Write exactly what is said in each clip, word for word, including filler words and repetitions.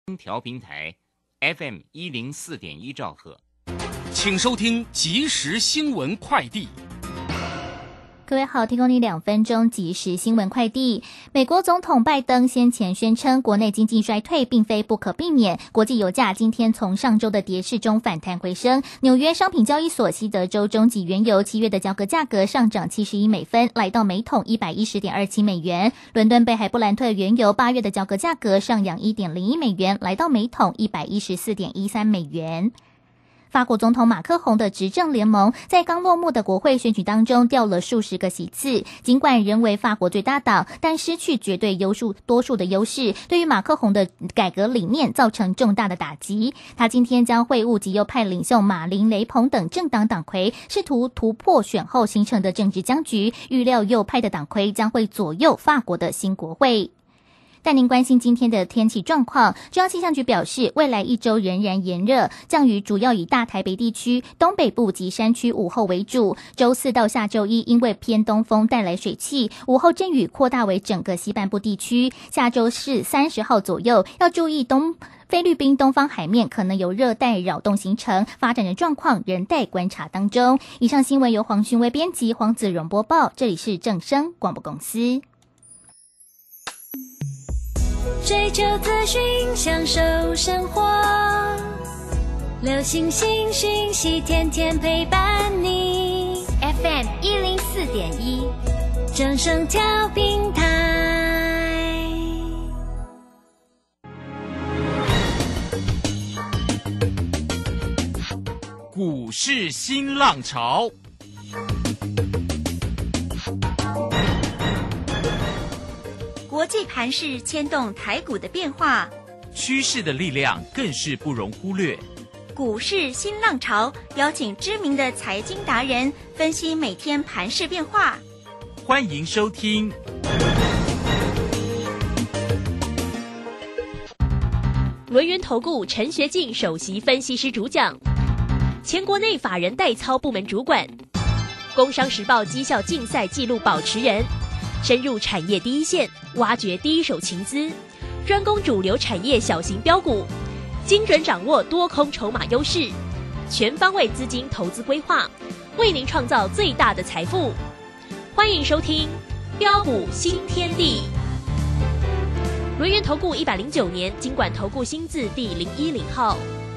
调频台 F M 一零四点一兆赫， 请收听即时新闻快递。 各位好，提供你两分钟即时新闻快递。美国总统拜登先前宣称，国内经济衰退并非不可避免。国际油价今天从上周的跌势中反弹回升。纽约商品交易所西德州中级原油七月的交割价格上涨七十一美分，来到每桶一百一十点二七美元。伦敦北海布兰特原油八月的交割价格上扬一点零一美元，来到每桶一百一十四点一三美元。法国总统马克宏的执政联盟在刚落幕的国会选举当中掉了数十个席次，尽管仍为法国最大党，但失去绝对优数多数的优势，对于马克宏的改革理念造成重大的打击。他今天将会晤极右派领袖马林雷朋等政党党魁，试图突破选后形成的政治僵局，预料右派的党魁将会左右法国的新国会。带您关心今天的天气状况。中央气象局表示，未来一周仍然炎热，降雨主要以大台北地区、东北部及山区午后为主。周四到下周一，因为偏东风带来水汽，午后阵雨扩大为整个西半部地区。下周四三十号左右，要注意东菲律宾东方海面可能有热带扰动形成，发展的状况仍待观察当中。以上新闻由黄勋威编辑，黄子荣播报，这里是正声广播公司。 追求资讯，享受生活，流星星讯息，天天陪伴你。F M 一零四点一，正声调频台。 股市新浪潮。 国际盘势牵动台股的变化， 趋势的力量更是不容忽略。 股市新浪潮邀请知名的财经达人分析每天盘势变化。 欢迎收听轮源投顾陈学进首席分析师主讲，前国内法人代操部门主管，工商时报绩效竞赛纪录保持人，深入产业第一线，挖掘第一手情资，专攻主流产业小型标股，精准掌握多空筹码优势，全方位资金投资规划，为您创造最大的财富。欢迎收听标股新天地。轮源投顾一百零九年金管投顾新字第零一零号。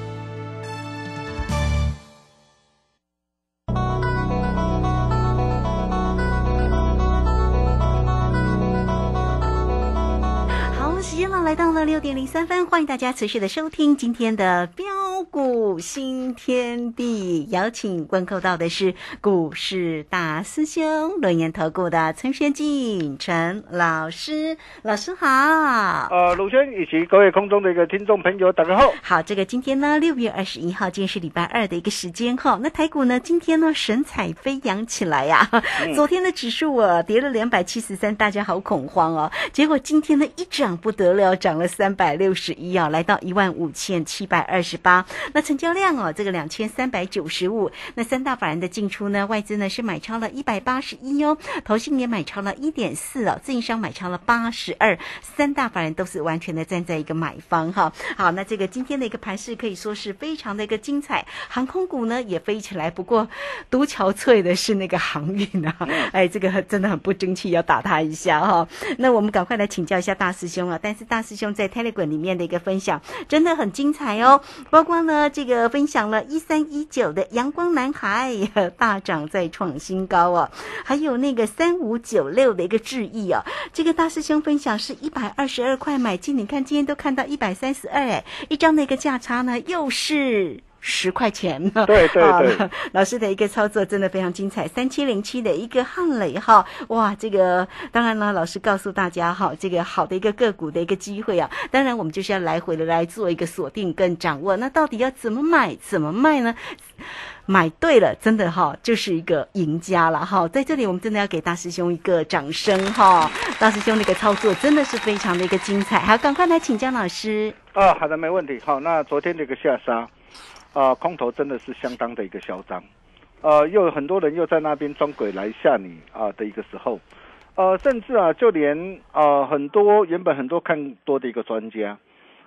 时间呢来到了六点零三分，欢迎大家持续的收听今天的标股新天地，邀请观看到的是股市大师兄轮源投顾的陈学进陈老师，老师好。 呃，鲁轩以及各位空中的一个听众朋友，大家好。 好，这个今天呢六月二十一号，今天是礼拜二的一个时间哈。那台股呢今天呢神采飞扬起来呀、啊嗯，昨天的指数啊跌了两百七十三，大家好恐慌哦，结果今天呢一涨不得了，涨了三百六十一啊，来到一万五千七百二十八。那成交量哦，这个两千三百九十五。那三大法人的进出呢，外资呢是买超了一百八十一哦，投信也买超了一点四哦，自营商买超了八十二，三大法人都是完全的站在一个买方哈。好，那这个今天的一个盘势可以说是非常的一个精彩，航空股呢也飞起来，不过独憔悴的是那个航运啊，哎，这个真的很不争气，要打他一下哈。那我们赶快来请教一下大师兄啊，但是大师兄在 Telegram 里面的一个分享真的很精彩哦，包括呢这个分享了一三一九的阳光男孩大涨再创新高哦，还有那个三五九六的一个智毅哦，这个大师兄分享是一百二十二块买进，你看今天都看到一百三十二哎，一张的一个价差呢又是十块钱， 对对对、 啊，老师的一个操作真的非常精彩。三七零七的一个汉磊哈，哇，这个当然呢，老师告诉大家哈，这个好的一个个股的一个机会啊，当然我们就是要来回的来做一个锁定跟掌握。那到底要怎么买怎么卖呢？买对了，真的哈，就是一个赢家了哈。在这里，我们真的要给大师兄一个掌声哈。大师兄的一个操作真的是非常的一个精彩。好，赶快来请江老师。 啊，好的，没问题。好，那昨天的一个下杀。啊，空头真的是相当的一个嚣张，呃，又有很多人又在那边装鬼来吓你啊的一个时候，呃，甚至啊，就连呃很多原本很多看多的一个专家，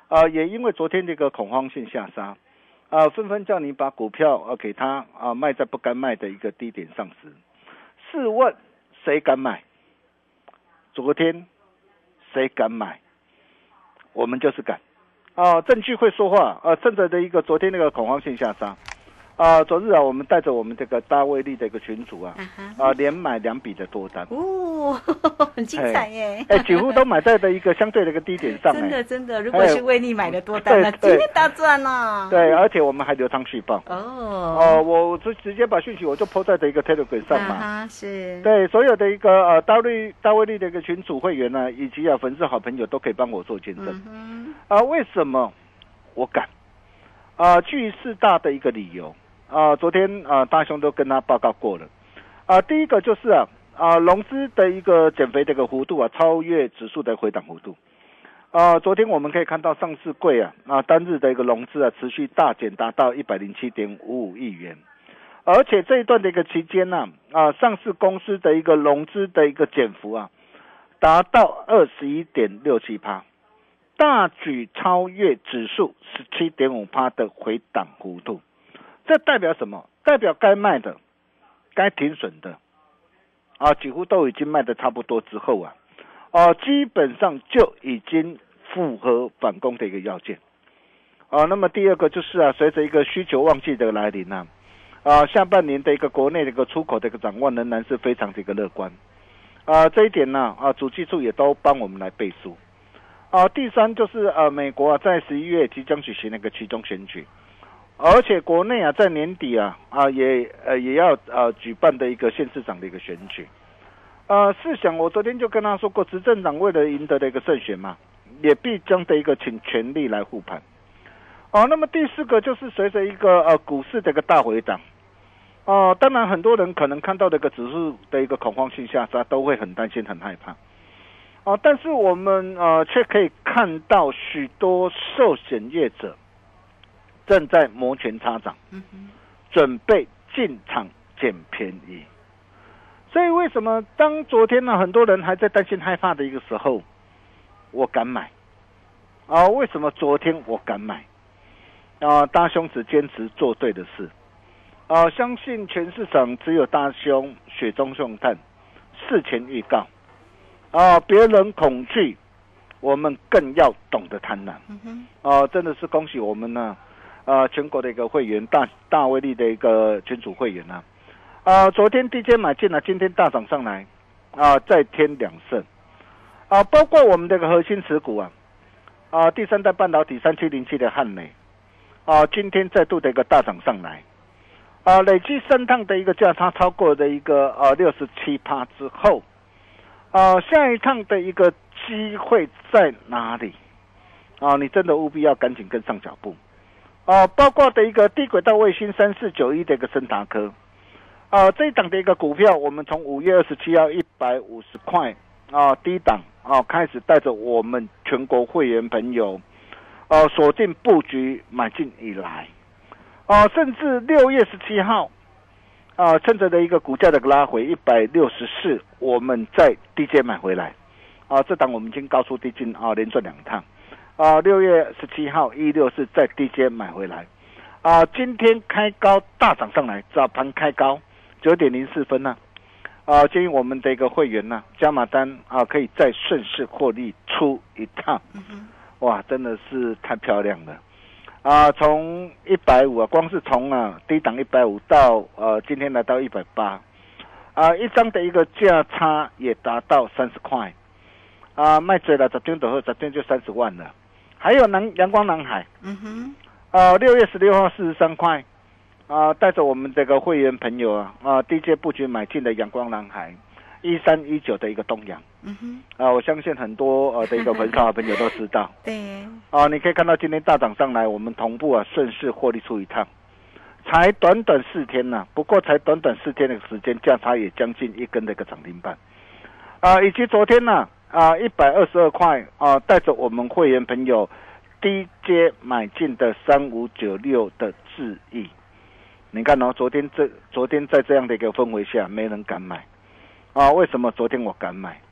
呃，也因为昨天这个恐慌性下杀，啊、呃，纷纷叫你把股票呃给他啊、呃、卖在不该卖的一个低点上时，试问谁敢买？昨天谁敢买？我们就是敢。啊、呃，证据会说话。呃，趁着的一个昨天那个恐慌性下杀。啊、呃，昨日啊，我们带着我们这个大威力的一个群组啊，啊、uh-huh. 呃，连买两笔的多单， 哦，很精彩耶！ 哎，几乎都买在的一个相对的一个低点上， 真的真的，如果是威力买的多单，那今天大赚了。 对，而且我们还留仓续报。哦，哦，我直直接把讯息我就 po 在的一个 Telegram 上嘛，啊、 uh-huh, 是。 对，所有的一个呃大威大威力的一个群组会员呢，以及啊粉丝好朋友都可以帮我做见证。啊、uh-huh. 呃，为什么我敢？啊、呃，基于四大的一个理由。啊、呃，昨天啊、呃，大兄都跟他报告过了。啊、呃，第一个就是啊啊，融资的一个减肥的一个幅度啊，超越指数的回档幅度。啊、呃，昨天我们可以看到上市柜啊啊单日的一个融资啊，持续大减，达到一百零七点五五亿元。而且这一段的一个期间呢，啊，上市公司的一个融资的一个减幅啊，达到二十一点六七趴，大举超越指数十七点五趴的回档幅度。这代表什么？代表该卖的、该停损的，啊，几乎都已经卖得差不多之后啊，啊，基本上就已经符合反攻的一个要件，啊，那么第二个就是啊，随着一个需求旺季的来临啊，啊，下半年的一个国内的一个出口的一个展望仍然是非常的一个乐观，啊，这一点呢，啊，主计处也都帮我们来背书，啊，第三就是啊，美国啊在十一月即将举行那个期中选举。而且国内啊，在年底啊啊也呃也要呃举办的一个县市长的一个选举，呃，试想我昨天就跟他说过，执政党为了赢得的一个胜选嘛，也必将的一个请全力来护盘。哦、呃，那么第四个就是随着一个呃股市的一个大回档，哦、呃，当然很多人可能看到这个指数的一个恐慌性下杀，都会很担心很害怕。哦、呃，但是我们呃却可以看到许多寿险业者正在摩拳擦掌，准备进场捡便宜。所以为什么当昨天呢，很多人还在担心害怕的一个时候，我敢买啊？为什么昨天我敢买啊？大兄只坚持做对的事啊！相信全市场只有大兄雪中送炭，事前预告啊！别人恐惧，我们更要懂得贪婪啊！真的是恭喜我们呢！呃，全国的一个会员，大大威力的一个群组会员啊，啊、呃，昨天低阶买进了，今天大涨上来，啊、呃，再添两胜，啊、呃，包括我们这个核心持股啊，啊、呃，第三代半导体三七零七的汉磊，啊、呃，今天再度的一个大涨上来，啊、呃，累计三趟的一个价差超过的一个呃六十七趴之后，啊、呃，下一趟的一个机会在哪里？啊、呃，你真的务必要赶紧跟上脚步。啊、呃，包括的一个低轨道卫星三四九一的一个森达科，啊、呃，这一档的一个股票，我们从五月二十七号一百五十块啊低档啊开始，带着我们全国会员朋友，呃锁定布局买进以来，啊、呃，甚至六月十七号，啊、呃、趁着的一个股价的拉回一百六十四，我们再低阶买回来，啊、呃，这档我们已经高出低进啊，连赚两趟。啊，六月十七号一六四在低阶买回来，啊，今天开高大涨上来，早盘开高九点零四分呢、啊，啊，建议我们的一个会员呢、啊，加码单啊，可以再顺势获利出一趟，哇，真的是太漂亮了，啊，从一百五啊，光是从啊低档一百五到呃今天来到一百八，啊，一张的一个价差也达到三十块，啊，卖追了，昨天的后，昨天就三十万了。还有南阳光南海，嗯哼，啊，六月十六号四十三块，啊，带着我们这个会员朋友啊，啊，低阶布局买进的阳光南海，一三一九的一个东阳，嗯哼，啊，我相信很多呃的一个粉丝好朋友都知道，对，啊，你可以看到今天大涨上来，我们同步啊顺势获利出一趟，才短短四天呐、啊，不过才短短四天的时间，价差也将近一根的一个涨停板，啊，以及昨天呢、啊。啊，一百二十二块啊，带着我们会员朋友低阶买进的三五九六的智易，你看哦，昨天这昨天在这样的一个氛围下，没人敢买啊。为什么昨天我敢买？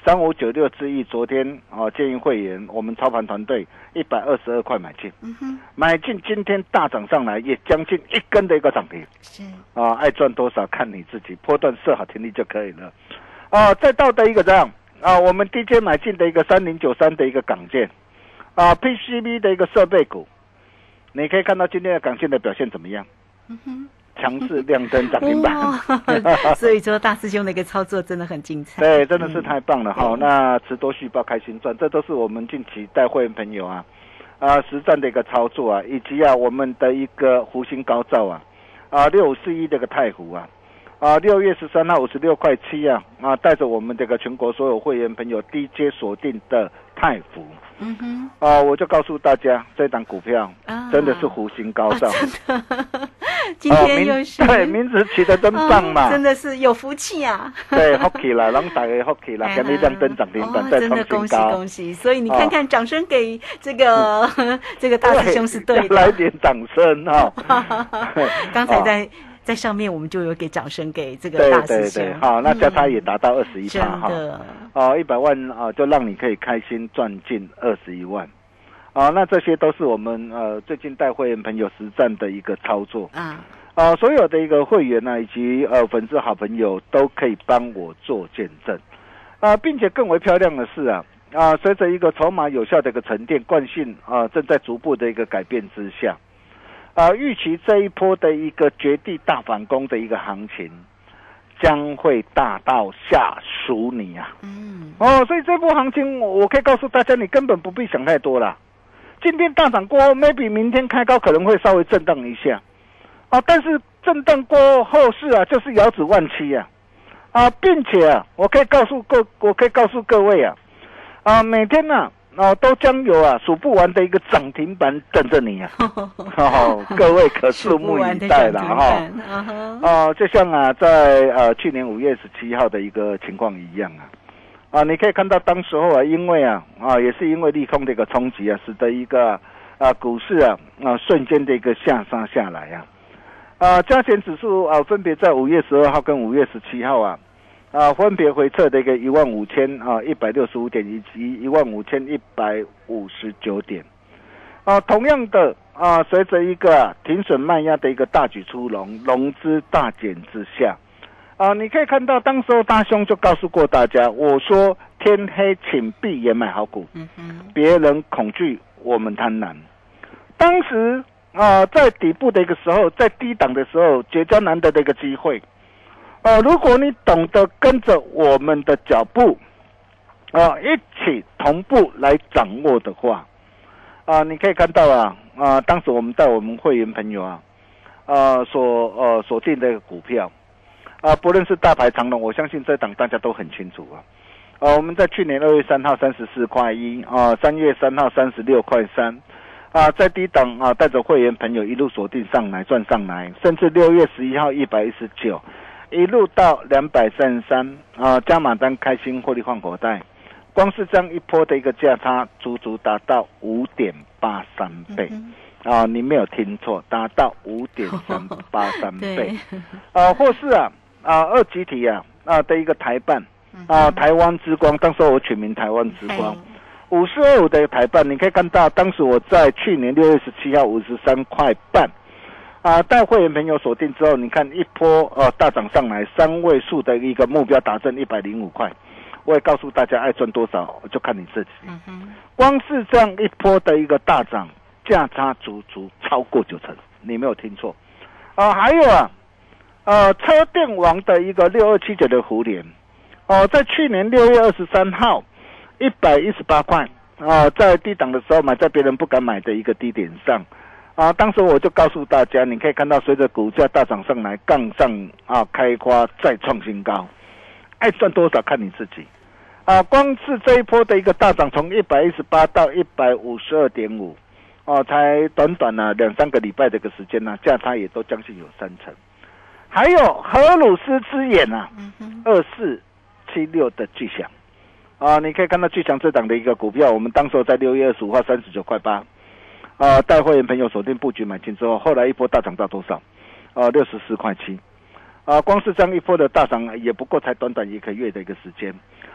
三五九六之一，昨天啊建议会员我们操盘团队一百二十二块买进，嗯哼，买进今天大涨上来，也将近一根的一个涨停，是啊，爱赚多少看你自己，波段设好停利就可以了。啊，再到的一个这样啊，我们 D J 买进的一个三零九三的一个港建，啊 P C B 的一个设备股，你可以看到今天的港建的表现怎么样？嗯哼。强势亮灯涨停板， 所以说大师兄的一个操作真的很精彩。 对，真的是太棒了哈、嗯！那持多续报开心赚，这都是我们近期带会员朋友啊啊实战的一个操作啊，以及啊我们的一个湖星高照啊啊六五四一这个太湖啊啊六月十三号五十六块七啊啊带着我们这个全国所有会员朋友 D J 锁定的太湖。嗯哼，啊，我就告诉大家，这档股票真的是湖星高照， 啊啊、今天又是、 哦、对名字起得真棒嘛、 哦，真的是有福气啊！ 对，福气啦，让大家福气啦，跟你亮灯涨停板再创新高， 真的恭喜恭喜！所以你看看，掌声给这个、哦、这个大师兄是对的， 来点掌声哦！ 刚才在。在上面我们就有给掌声给这个大师兄， 对对对，好，那价差也达到二十一趴哈，哦，一百万啊，就让你可以开心赚进二十一万，啊，那这些都是我们呃最近带会员朋友实战的一个操作啊，啊，所有的一个会员呢、啊、以及呃粉丝好朋友都可以帮我做见证，啊，并且更为漂亮的是啊啊，随着一个筹码有效的一个沉淀，惯性啊正在逐步的一个改变之下。啊，预期这一波的一个绝地大反攻的一个行情，将会大到吓死你啊！嗯，哦，所以这波行情，我可以告诉大家，你根本不必想太多啦。今天大涨过后 ，maybe 明天开高可能会稍微震荡一下，啊，但是震荡过后市啊，就是遥指万七啊，啊，并且啊，我可以告诉各，我可以告诉各位啊，啊，每天呢、啊。哦，都将有啊数不完的一个涨停板等着你啊！哦，各位可拭目以待了哈！哦，就像啊，在呃去年五月十七号的一个情况一样啊，啊，你可以看到当时候啊，因为啊啊也是因为利空的一个冲击啊，使得一个啊股市啊啊瞬间的一个下杀下来啊，啊加权指数啊分别在五月十二号跟五月十七号啊。啊，分别回测的一个一万五千啊一百六十五点以及一万五千一百五十九点，啊，同样的啊，随着一个、啊、停损卖压的一个大举出笼，融资大减之下，啊，你可以看到当时候大兄就告诉过大家，我说天黑请闭眼买好股，嗯哼，别人恐惧，我们贪婪。当时啊，在底部的一个时候，在低档的时候，绝佳难得的一个机会。哦，如果你懂得跟着我们的脚步，啊，一起同步来掌握的话，啊，你可以看到啊，啊，当时我们带我们会员朋友啊，啊，所呃锁定的股票，啊，不论是大牌长龙，我相信这档大家都很清楚啊，啊，我们在去年二月三号三十四块一，啊，三月三号三十六块三。啊，在低档啊，带着会员朋友一路锁定上来，赚上来，甚至六月十一号一百一十九。一路到两百三十三啊，加码单开心获利换口袋，光是这样一波的一个价差，足足达到五点八三倍、嗯、啊！你没有听错，达到五点三八三倍啊！或是啊啊二级体啊啊的一个台办啊，台湾之光，当时我取名台湾之光，五四二五的一个台办，你可以看到，当时我在去年六月十七号五十三块半。啊，带会员朋友锁定之后，你看一波呃大涨上来，三位数的一个目标达成一百零五块，我也告诉大家爱赚多少就看你自己。嗯哼，光是这样一波的一个大涨，价差足足超过九成，你没有听错。啊，还有啊，呃，车电王的一个六二七九的胡联，哦、呃，在去年六月二十三号一百一十八块啊，在低档的时候买在别人不敢买的一个低点上。啊，当时我就告诉大家，你可以看到，随着股价大涨上来，杠上啊开花再创新高，爱赚多少看你自己。啊，光是这一波的一个大涨，从一百一十八到一百五十二点五，哦，才短短呢、啊、两三个礼拜的一个时间呢、啊，价差也都将近有三成。还有荷鲁斯之眼啊，二四七六的巨响，啊，你可以看到巨响这档的一个股票，我们当时在六月二十五号三十九块八。啊，带会员朋友锁定布局买进之后，后来一波大涨到多少？啊，六十四块七。啊，光是这样一波的大涨，也不过才短短一个月的一个时间。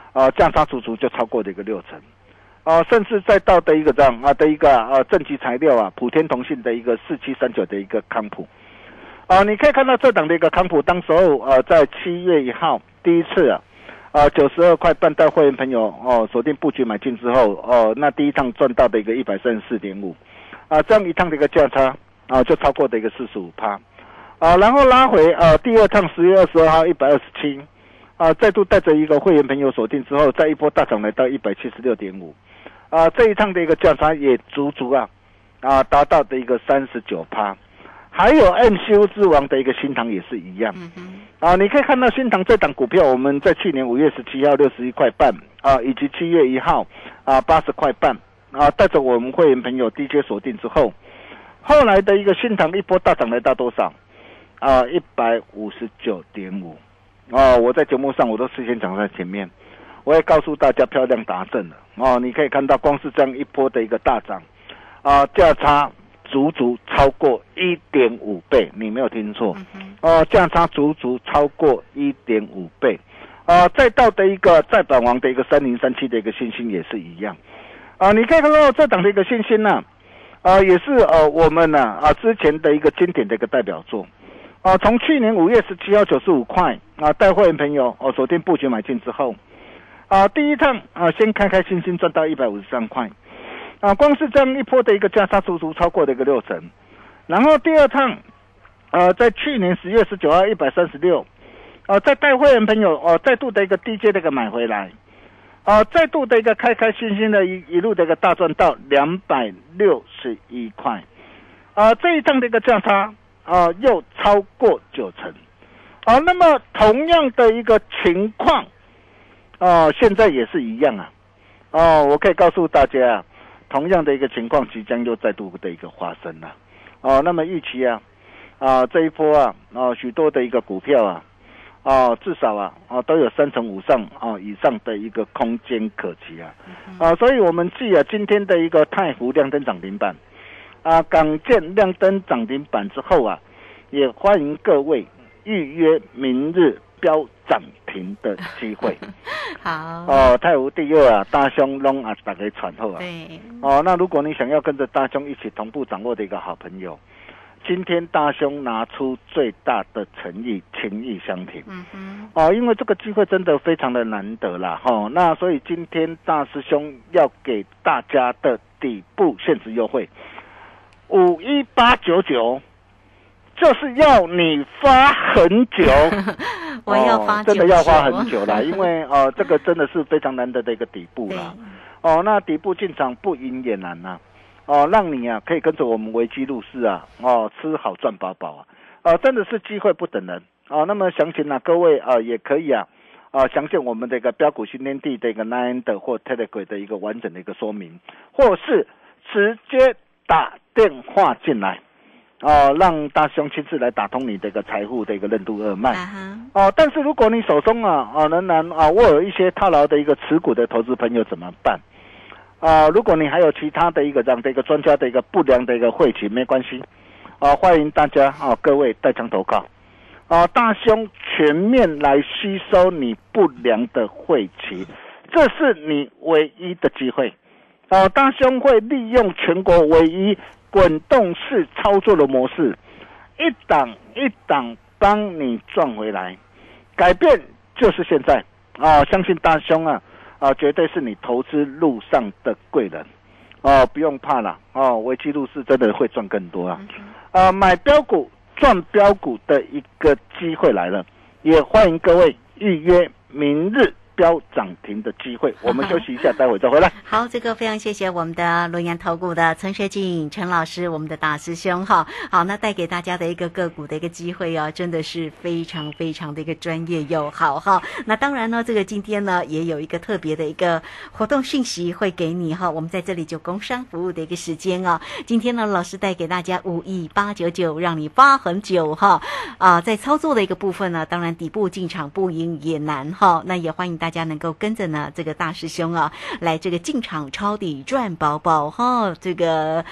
呃价差足足就超过了一个六成。啊，甚至再到的一个这样啊的一个呃正极材料啊，普天同信的一个四七三九的一个康普，啊，你可以看到这档的一个康普，当时候呃在七月一号第一次啊，啊九十二块半带会员朋友哦锁定布局买进之后哦，那第一趟赚到的一个一百三十四点五，啊这样一趟的一个价差啊就超过的一个四十五趴，啊然后拉回啊第二趟十月二十二号一百二十七，啊再度带着一个会员朋友锁定之后，再一波大涨来到一百七十六点五。啊，这一趟的一个价差也足足啊，啊达到的一个三十九趴，还有 M C U 之王的一个新唐也是一样，嗯、啊，你可以看到新唐这档股票，我们在去年五月十七号六十一块半啊，以及七月一号啊八十块半啊，带着我们会员朋友 D J 锁定之后，后来的一个新唐一波大涨来到多少？啊，一百五十九点五，啊，我在节目上我都事先讲在前面。我也告诉大家漂亮达阵了哦，你可以看到光是这样一波的一个大涨，啊，价差足足超过 一点五倍，你没有听错，哦，价差足足超过 一点五倍，啊，再到的一个再版王的一个三零三七的一个信心也是一样，啊，你可以看到这档的一个信心呢、啊，啊，也是呃我们呢 啊, 啊之前的一个经典的一个代表作，啊，从去年五月十七号九十五块啊带会员朋友哦锁定布局买进之后。啊，第一趟啊，先开开心心赚到一百五十三块，啊，光是这样一波的一个价差足足超过了一个六成，然后第二趟，呃，在去年十月十九号一百三十六，啊，再带会员朋友哦、啊，再度的一个低阶的一个买回来，啊，再度的一个开开心心的一一路的一个大赚到两百六十一块，啊，这一趟的一个价差啊又超过九成，啊，那么同样的一个情况。哦，现在也是一样啊！哦，我可以告诉大家啊，同样的一个情况即将又再度的一个发生了。哦，那么预期啊，啊这一波啊，哦许多的一个股票啊，哦至少啊，哦都有三成五上啊以上的一个空间可期啊。啊，所以我们继啊今天的一个太湖亮灯涨停板，啊港建亮灯涨停板之后啊，也欢迎各位预约明日标涨停的机会。 好哦，太湖第二啊，大兄拢啊大家传后啊。 对。哦， 那如果你想要跟着大兄一起同步掌握的一个好朋友，今天大兄拿出最大的诚意，情意相挺。嗯哼。哦，因为这个机会真的非常的难得啦，哈、哦。那所以今天大师兄要给大家的底部限时优惠，五一八九九。就是要你发很久， 我要发、哦、 真的要花很久啦，因为呃，这个真的是非常难得的一个底部啦。哦，那底部进场不赢也难呐、啊，哦，让你啊可以跟着我们危机入市啊，哦，吃好赚饱饱啊，哦，真的是机会不等人哦。那么详情呢、啊，各位啊也可以啊，啊详见我们的一个标股新天地的一个 Line 的或 Telegram 的一个完整的一个说明，或是直接打电话进来。哦，让大兄亲自来打通你的一个财富的一个任督二脉。Uh-huh. 哦，但是如果你手中啊啊仍然啊握有一些套牢的一个持股的投资朋友怎么办？啊，如果你还有其他的一个这样的一个专家的一个不良的一个晦气，没关系。啊，欢迎大家啊各位带枪投靠。啊，大兄全面来吸收你不良的晦气，这是你唯一的机会。啊，大兄会利用全国唯一滚动式操作的模式，一档一档帮你赚回来，改变就是现在啊！相信大兄啊啊，绝对是你投资路上的贵人哦、啊，不用怕了哦，危机入市真的会赚更多啊！啊，买标股赚标股的一个机会来了，也欢迎各位预约明日标涨停的机会。我们休息一下，待会再回来。 好，这个非常谢谢我们的轮阳投顾的陈学进陈老师，我们的大师兄哈。好，那带给大家的一个个股的一个机会哦，真的是非常非常的一个专业又好哈。那当然呢，这个今天呢也有一个特别的一个活动讯息会给你哈。我们在这里就工商服务的一个时间哦。今天呢，老师带给大家五亿八九九，让你发很久哈。啊，在操作的一个部分呢，当然底部进场不赢也难哈。那也欢迎大家。大家能够跟着呢这个大师兄啊来这个进场抄底赚饱饱哈，这个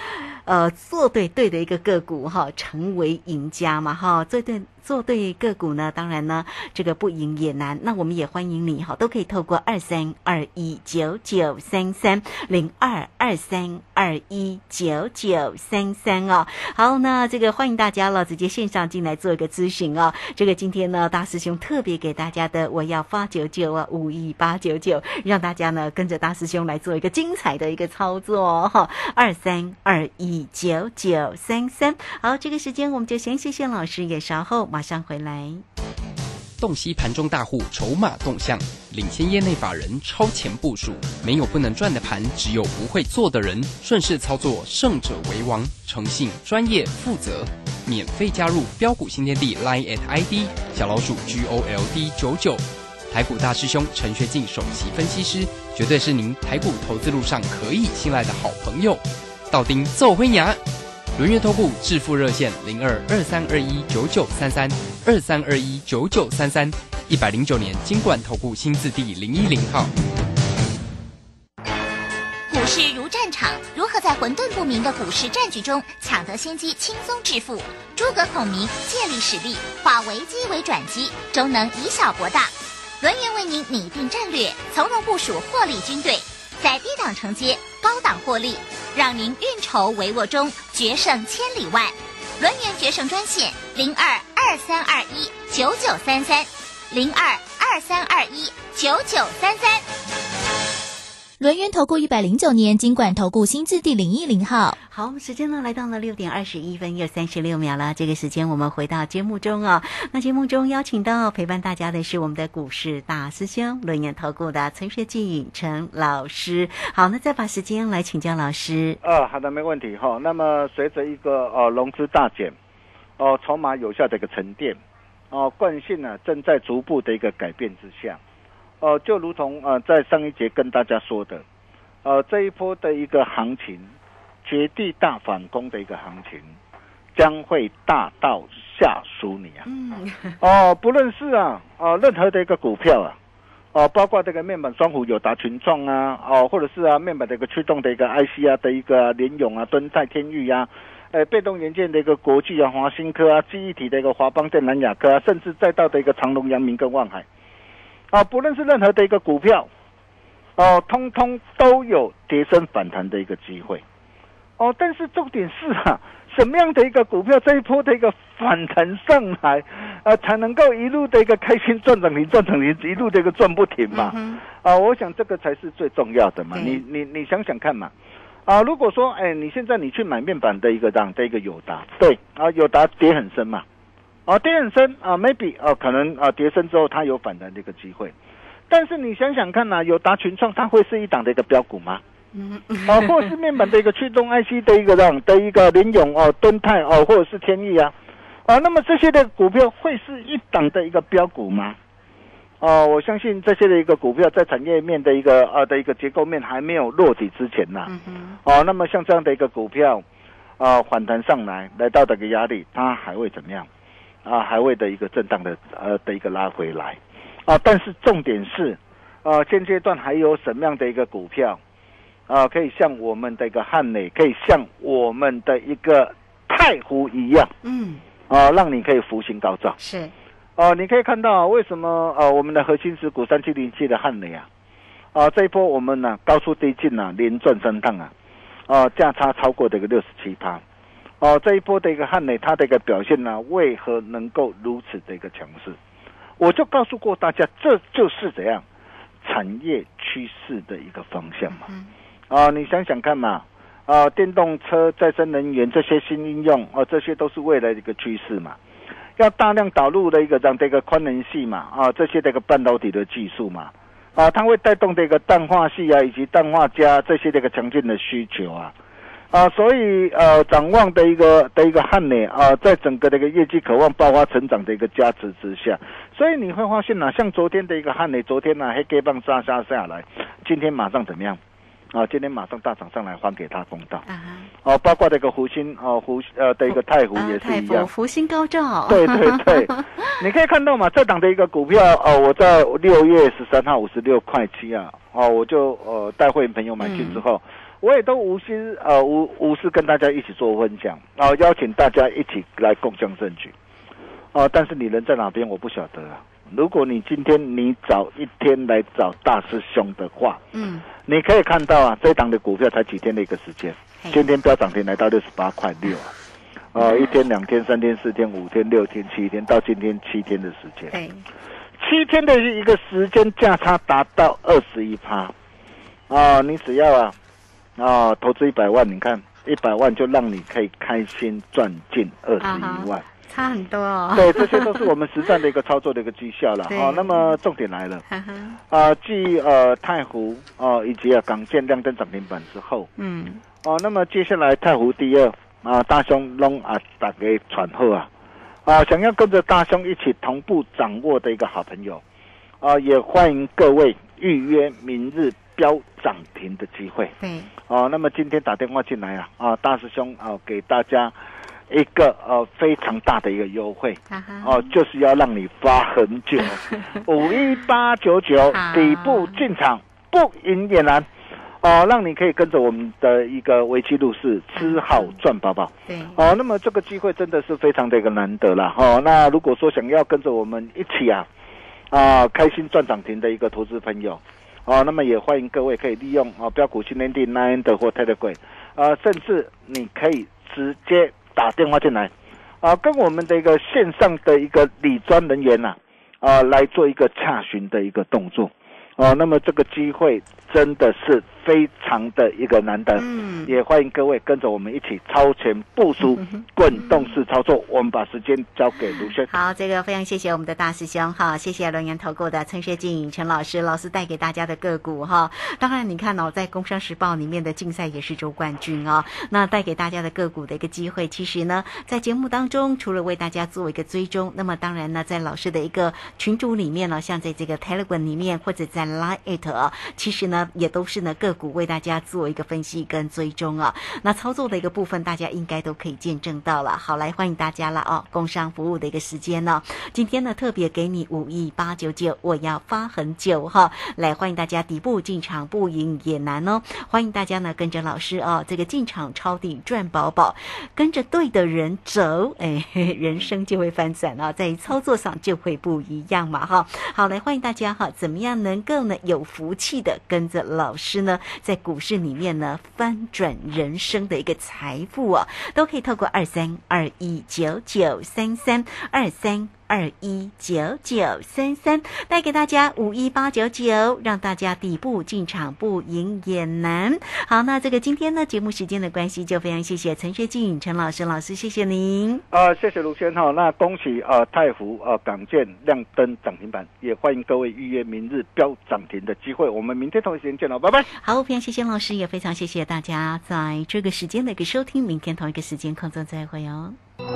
呃做对对的一个个股哈，成为赢家嘛哈，做对做对个股呢，当然呢这个不赢也难。那我们也欢迎你哈，都可以透过二三二一九九三三零二二三二一九九三三哦。好，那这个欢迎大家了，直接线上进来做一个咨询哦。这个今天呢，大师兄特别给大家的，我要八九九啊，五一八九九，让大家呢跟着大师兄来做一个精彩的一个操作哈、哦。二三二一九九三三。好，这个时间我们就先谢谢老师，也稍后马上回来。 洞悉盘中大户筹码动向，领先业内法人超前部署，没有不能赚的盘，只有不会做的人。顺势操作，胜者为王。诚信、专业、负责，免费加入标股新天地 Line at I D 小老鼠 G O L D 九九。台股大师兄陈学进首席分析师，绝对是您台股投资路上可以信赖的好朋友。道丁奏灰牙。轮源投顾致富热线零二二三二一九九三三二三二一九九三三，一百零九年金管投顾新字第零一零号。 股市如战场，如何在混沌不明的股市战局中抢得先机，轻松致富？诸葛孔明借力使力，化危机为转机，终能以小博大。轮源为您拟定战略，从容部署获利军队，在低档承接，高档获利，让您运筹帷幄中决胜千里外。轮源决胜专线零二二三二一九九三三零二二三二一九九三三。 轮源投顾一百零九年金管投顾新字第零一零号。 好，我们时间呢来到了六点二十一分又三十六秒了。这个时间我们回到节目中啊、哦。那节目中邀请到陪伴大家的是我们的股市大师兄轮源投顾的陈学进陈老师。好，那再把时间来请教老师。 呃，好的，没问题哈、哦。那么随着一个呃融资大减，哦、呃，筹码有效的一个沉淀，哦、呃，惯性呢正在逐步的一个改变之下。哦、呃，就如同呃在上一节跟大家说的，呃这一波的一个行情，绝地大反攻的一个行情，将会大到吓输你啊！嗯，哦、呃，不论是啊，呃任何的一个股票啊，哦、呃，包括这个面板双虎、友达、群创啊，哦、呃，或者是啊面板的一个驱动的一个 I C 啊的一个联咏啊、敦泰、天钰啊，呃被动元件的一个国巨啊、华新科啊，记忆体的一个华邦电、南亚科啊，甚至再到的一个长荣、阳明跟万海。啊，不论是任何的一个股票，哦、呃，通通都有跌升反弹的一个机会，哦，但是重点是啊，什么样的一个股票这一波的一个反弹上来，呃，才能够一路的一个开心赚涨停、赚涨停，一路的一个赚不停嘛？嗯、啊，我想这个才是最重要的嘛。你你你想想看嘛，啊，如果说哎，你现在你去买面板的一个这样的一个友达，对啊，友达跌很深嘛。啊，跌很深啊 ，maybe 啊，可能啊，跌深之后它有反弹的一个机会，但是你想想看呐、啊，友达群创它会是一档的一个标股吗？嗯，啊，或是面板的一个驱动 I C 的一个这样的一个联咏哦、敦泰哦，或者是天钰啊，啊，那么这些的股票会是一档的一个标股吗？哦、啊，我相信这些的一个股票在产业面的一个啊的一个结构面还没有落底之前呐、啊，嗯哦、啊，那么像这样的一个股票啊反弹上来，来到这个压力，它还会怎么样？啊，还会的一个震荡的呃的一个拉回来，啊，但是重点是，呃，现阶段还有什么样的一个股票，啊，可以像我们的一个汉磊，可以像我们的一个太湖一样，嗯，啊，让你可以福星高照。是，哦、啊，你可以看到为什么呃、啊、我们的核心持股三七零七的汉磊啊，啊，这一波我们呢、啊、高出低进啊，连赚三趟啊，啊，价差超过这个六十七趴。哦，这一波的一个汉磊，它的一个表现呢，为何能够如此的一个强势？我就告诉过大家，这就是怎样产业趋势的一个方向嘛。嗯、啊，你想想看嘛，啊，电动车、再生能源这些新应用，啊，这些都是未来的一个趋势嘛。要大量导入的一个这样的一个宽能系嘛，啊，这些的一个半导体的技术嘛，啊，它会带动的一个氮化系啊，以及氮化镓这些的一个强劲的需求啊。啊，所以呃，展望的一个的一个汉磊啊，在整个的一个业绩渴望爆发成长的一个加持之下，所以你会发现呢、啊，像昨天的一个汉磊，昨天呢、啊、黑 K 棒杀杀下来，今天马上怎么样？啊，今天马上大涨上来，还给他公道。啊，哦，包括这个湖星哦，湖呃的一个太湖也是一样， 福星高照。 对对对，你可以看到嘛，这档的一个股票哦，我在六月十三号五十六块七啊，哦，我就呃带会员朋友买进之后。嗯我也都无私呃无无私跟大家一起做分享啊、呃，邀请大家一起来共襄盛举啊、呃。但是你人在哪边我不晓得啊。如果你今天你早一天来找大师兄的话，嗯，你可以看到啊，这档的股票才几天的一个时间，今天飙涨停来到六十八块六啊。呃，一天、两天、三天、四天、五天、六天、七天，到今天七天的时间，对，七天的一个时间价差达到二十一趴，啊，你只要啊，啊，投资一百万，你看一百万就让你可以开心赚进二十一万， 差很多哦。 对，这些都是我们实战的一个操作的一个绩效了。哦，那么重点来了，啊，继呃太湖哦、呃、以及啊港建亮灯涨停板之后，嗯，哦，那么接下来太湖第二。啊，大兄拢啊，大家传好啊！啊，想要跟着大兄一起同步掌握的一个好朋友，啊，也欢迎各位预约明日飙涨停的机会。对，哦、啊，那么今天打电话进来啊，啊，大师兄啊，给大家一个呃非常大的一个优惠，哦、啊，就是要让你发很久，五一八九九底部进场，不赢也难。哦，让你可以跟着我们的一个危机入市，吃好赚饱饱。对，哦，那么这个机会真的是非常的一个难得啦。哦，那如果说想要跟着我们一起啊，啊，开心赚涨停的一个投资朋友，哦，那么也欢迎各位可以利用啊标股训练地 Nine 的或 Telegram， 呃，甚至你可以直接打电话进来，啊，跟我们的一个线上的一个理专人员呐、啊，啊，来做一个洽询的一个动作。哦，那么这个机会真的是非常的一个难得，嗯，也欢迎各位跟着我们一起超前部署，滚动式操作。我们把时间交给卢轩。 好，这个非常谢谢我们的大师兄哈，谢谢轮源投顾的陈学进陈老师，老师带给大家的个股哈。当然，你看哦，在《工商时报》里面的竞赛也是周冠军哦，那带给大家的个股的一个机会，其实呢，在节目当中除了为大家做一个追踪，那么当然呢，在老师的一个群组里面呢，像在这个 Telegram 里面或者在Line 啊，其实呢也都是呢个股为大家做一个分析跟追踪啊。那操作的一个部分，大家应该都可以见证到了。好，来欢迎大家了哦，工商服务的一个时间呢，今天呢特别给你五亿八九九，我要发很久哈。来欢迎大家底部进场，不赢也难哦。欢迎大家呢跟着老师哦，这个进场抄底赚饱饱，跟着对的人走，哎，人生就会翻转啊，在操作上就会不一样嘛哈。好，来欢迎大家哈，怎么样能够呢有福气的跟着老师呢，在股市里面呢翻转人生的一个财富啊，都可以透过二三二一九九三三二三二一九九三三带给大家五一八九九，让大家底部进场不赢也难。好，那这个今天呢节目时间的关系，就非常谢谢陈学进陈老师，老师谢谢您。 呃，谢谢卢轩哈，那恭喜呃太湖呃港建亮灯涨停板，也欢迎各位预约明日飙涨停的机会。我们明天同一时间见了，拜拜。 好，非常谢谢老师，也非常谢谢大家在这个时间的一个收听，明天同一个时间空中再会哦。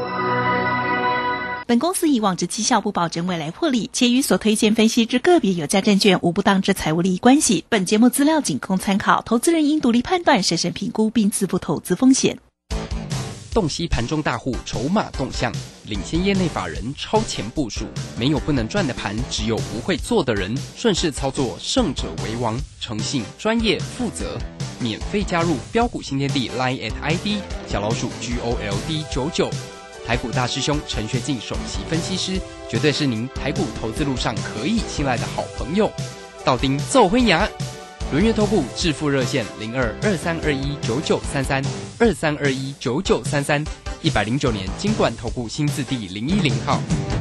本公司以往之绩效不保证未来获利，且与所推荐分析之个别有价证券无不当之财务利益关系。本节目资料仅供参考，投资人应独立判断、审慎评估并自负投资风险。 洞悉盘中大户筹码动向，领先业内法人超前部署，没有不能赚的盘，只有不会做的人。顺势操作，胜者为王。诚信、专业、负责，免费加入标股新天地 Line at I D 小老鼠 G O L D 九九。台股大师兄陈学进首席分析师，绝对是您台股投资路上可以信赖的好朋友。道丁奏辉牙，轮月投顾致富热线零二二三二一九九三三二三二一九九三三，一百零九年金管投顾新字第零一零号。